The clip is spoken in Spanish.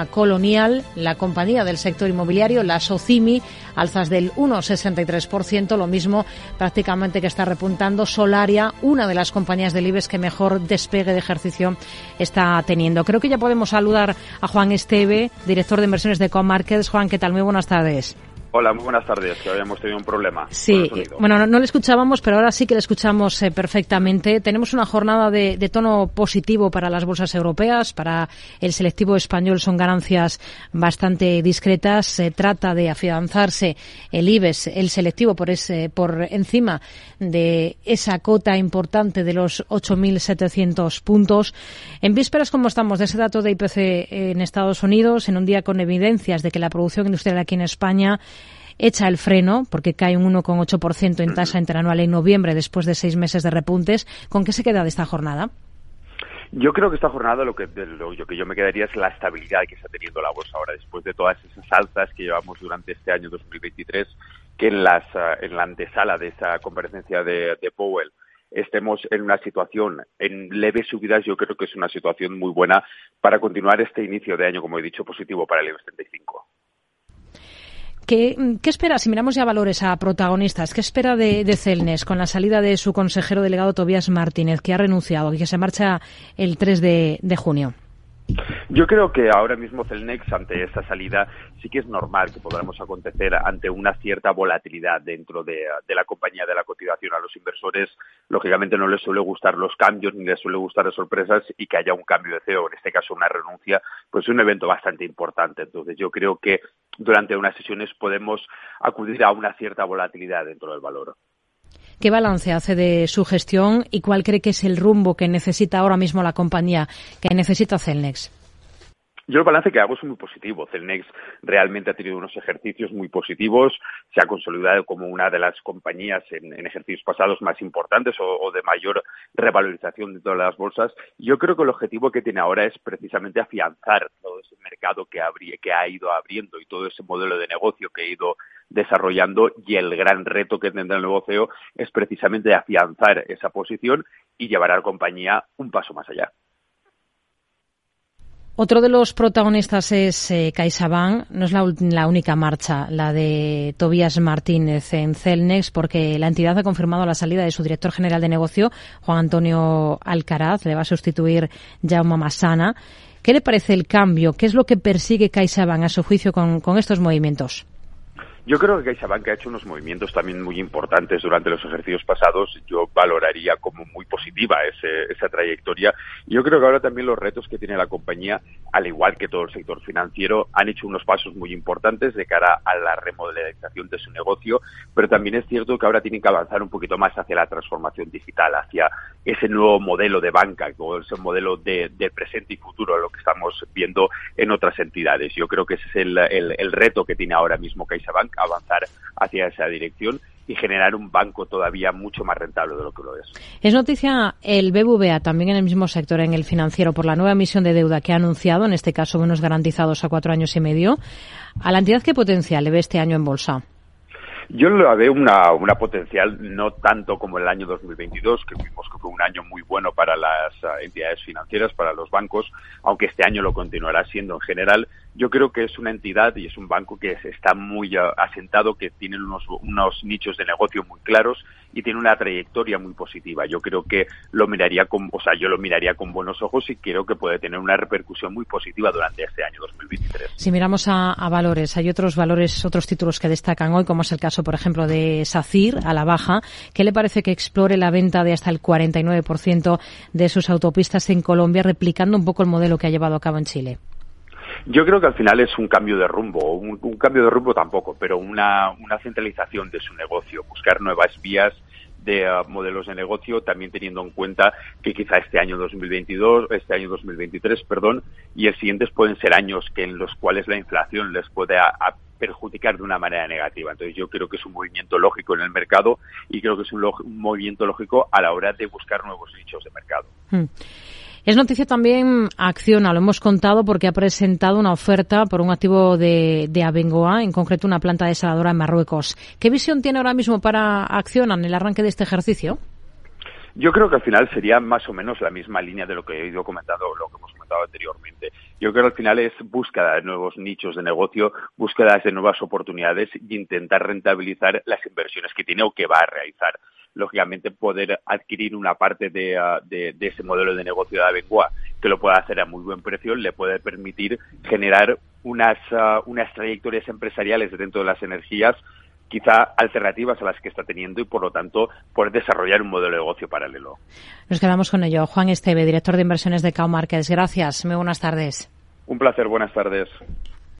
a Colonial, la compañía del sector inmobiliario, la Socimi, alzas del 1,63%, lo mismo prácticamente que está repuntando Solaria, una de las compañías del IBEX que mejor despegue de ejercicio está teniendo. Creo que ya podemos saludar a Juan Esteve, director de inversiones de Comarkets. Juan, ¿qué tal? Muy buenas tardes. Hola, muy buenas tardes, que habíamos tenido un problema. Sí, bueno, no le escuchábamos, pero ahora sí que le escuchamos perfectamente. Tenemos una jornada de tono positivo para las bolsas europeas, para el selectivo español son ganancias bastante discretas. Se trata de afianzarse el IBEX, el selectivo, por encima de esa cota importante de los 8.700 puntos. En vísperas, ¿cómo estamos de ese dato de IPC en Estados Unidos, en un día con evidencias de que la producción industrial aquí en España echa el freno, porque cae un 1,8% en tasa interanual en noviembre después de 6 meses de repuntes? ¿Con qué se queda de esta jornada? Yo creo que esta jornada lo que yo me quedaría es la estabilidad que está teniendo la bolsa ahora, después de todas esas alzas que llevamos durante este año 2023, que en la antesala de esa comparecencia de Powell estemos en una situación en leves subidas. Yo creo que es una situación muy buena para continuar este inicio de año, como he dicho, positivo para el IBEX 35. ¿Qué espera, si miramos ya valores a protagonistas, qué espera de Celnex con la salida de su consejero delegado Tobías Martínez, que ha renunciado y que se marcha el 3 de junio? Yo creo que ahora mismo Celnex, ante esta salida, sí que es normal que podamos acontecer ante una cierta volatilidad dentro de la compañía, de la cotización. A los inversores, lógicamente, no les suele gustar los cambios ni les suele gustar las sorpresas, y que haya un cambio de CEO, en este caso una renuncia, pues es un evento bastante importante. Entonces yo creo que durante unas sesiones podemos acudir a una cierta volatilidad dentro del valor. ¿Qué balance hace de su gestión y cuál cree que es el rumbo que necesita ahora mismo la compañía, que necesita Celnex? Yo el balance que hago es muy positivo. Celnex realmente ha tenido unos ejercicios muy positivos, se ha consolidado como una de las compañías en ejercicios pasados más importantes o de mayor revalorización de todas las bolsas. Yo creo que el objetivo que tiene ahora es precisamente afianzar todo ese mercado que ha ido abriendo y todo ese modelo de negocio que ha ido desarrollando, y el gran reto que tendrá el nuevo CEO es precisamente afianzar esa posición y llevar a la compañía un paso más allá. Otro de los protagonistas es CaixaBank. No es la única marcha, la de Tobías Martínez en Celnex, porque la entidad ha confirmado la salida de su director general de negocio, Juan Antonio Alcaraz. Le va a sustituir Jaume Massana. ¿Qué le parece el cambio? ¿Qué es lo que persigue CaixaBank a su juicio con estos movimientos? Yo creo que CaixaBank ha hecho unos movimientos también muy importantes durante los ejercicios pasados. Yo valoraría como muy positiva esa trayectoria. Y yo creo que ahora también los retos que tiene la compañía, al igual que todo el sector financiero, han hecho unos pasos muy importantes de cara a la remodelización de su negocio, pero también es cierto que ahora tienen que avanzar un poquito más hacia la transformación digital, hacia ese nuevo modelo de banca, o ese modelo de presente y futuro, lo que estamos viendo en otras entidades. Yo creo que ese es el reto que tiene ahora mismo CaixaBank, avanzar hacia esa dirección y generar un banco todavía mucho más rentable de lo que lo es. Es noticia el BBVA, también en el mismo sector, en el financiero, por la nueva emisión de deuda que ha anunciado, en este caso bonos garantizados a 4 años y medio. ¿A la entidad qué potencial le ve este año en bolsa? Yo la veo una potencial no tanto como el año 2022, que vimos que fue un año muy bueno para las entidades financieras, para los bancos, aunque este año lo continuará siendo en general. Yo creo que es una entidad y es un banco que está muy asentado, que tiene unos nichos de negocio muy claros y tiene una trayectoria muy positiva. Yo creo que yo lo miraría con buenos ojos y creo que puede tener una repercusión muy positiva durante este año 2023. Si miramos a valores, hay otros títulos que destacan hoy, como es el caso, por ejemplo, de SACIR a la baja. ¿Qué le parece que explore la venta de hasta el 49% de sus autopistas en Colombia, replicando un poco el modelo que ha llevado a cabo en Chile? Yo creo que al final es un cambio de rumbo, un cambio de rumbo tampoco, pero una centralización de su negocio, buscar nuevas vías de modelos de negocio, también teniendo en cuenta que quizá este año 2023, y el siguiente pueden ser años en los cuales la inflación les puede perjudicar de una manera negativa. Entonces yo creo que es un movimiento lógico en el mercado y creo que es un movimiento lógico a la hora de buscar nuevos nichos de mercado. Es noticia también Acciona, lo hemos contado porque ha presentado una oferta por un activo de Abengoa, en concreto una planta desaladora en Marruecos. ¿Qué visión tiene ahora mismo para Acciona en el arranque de este ejercicio? Yo creo que al final sería más o menos la misma línea de lo que he ido comentando, lo que hemos comentado anteriormente. Yo creo que al final es búsqueda de nuevos nichos de negocio, búsqueda de nuevas oportunidades y intentar rentabilizar las inversiones que tiene o que va a realizar. Lógicamente, poder adquirir una parte de ese modelo de negocio de Abengoa, que lo pueda hacer a muy buen precio, le puede permitir generar unas trayectorias empresariales dentro de las energías quizá alternativas a las que está teniendo y, por lo tanto, poder desarrollar un modelo de negocio paralelo. Nos quedamos con ello. Juan Esteve, director de inversiones de Cow Markets. Gracias. Muy buenas tardes. Un placer. Buenas tardes.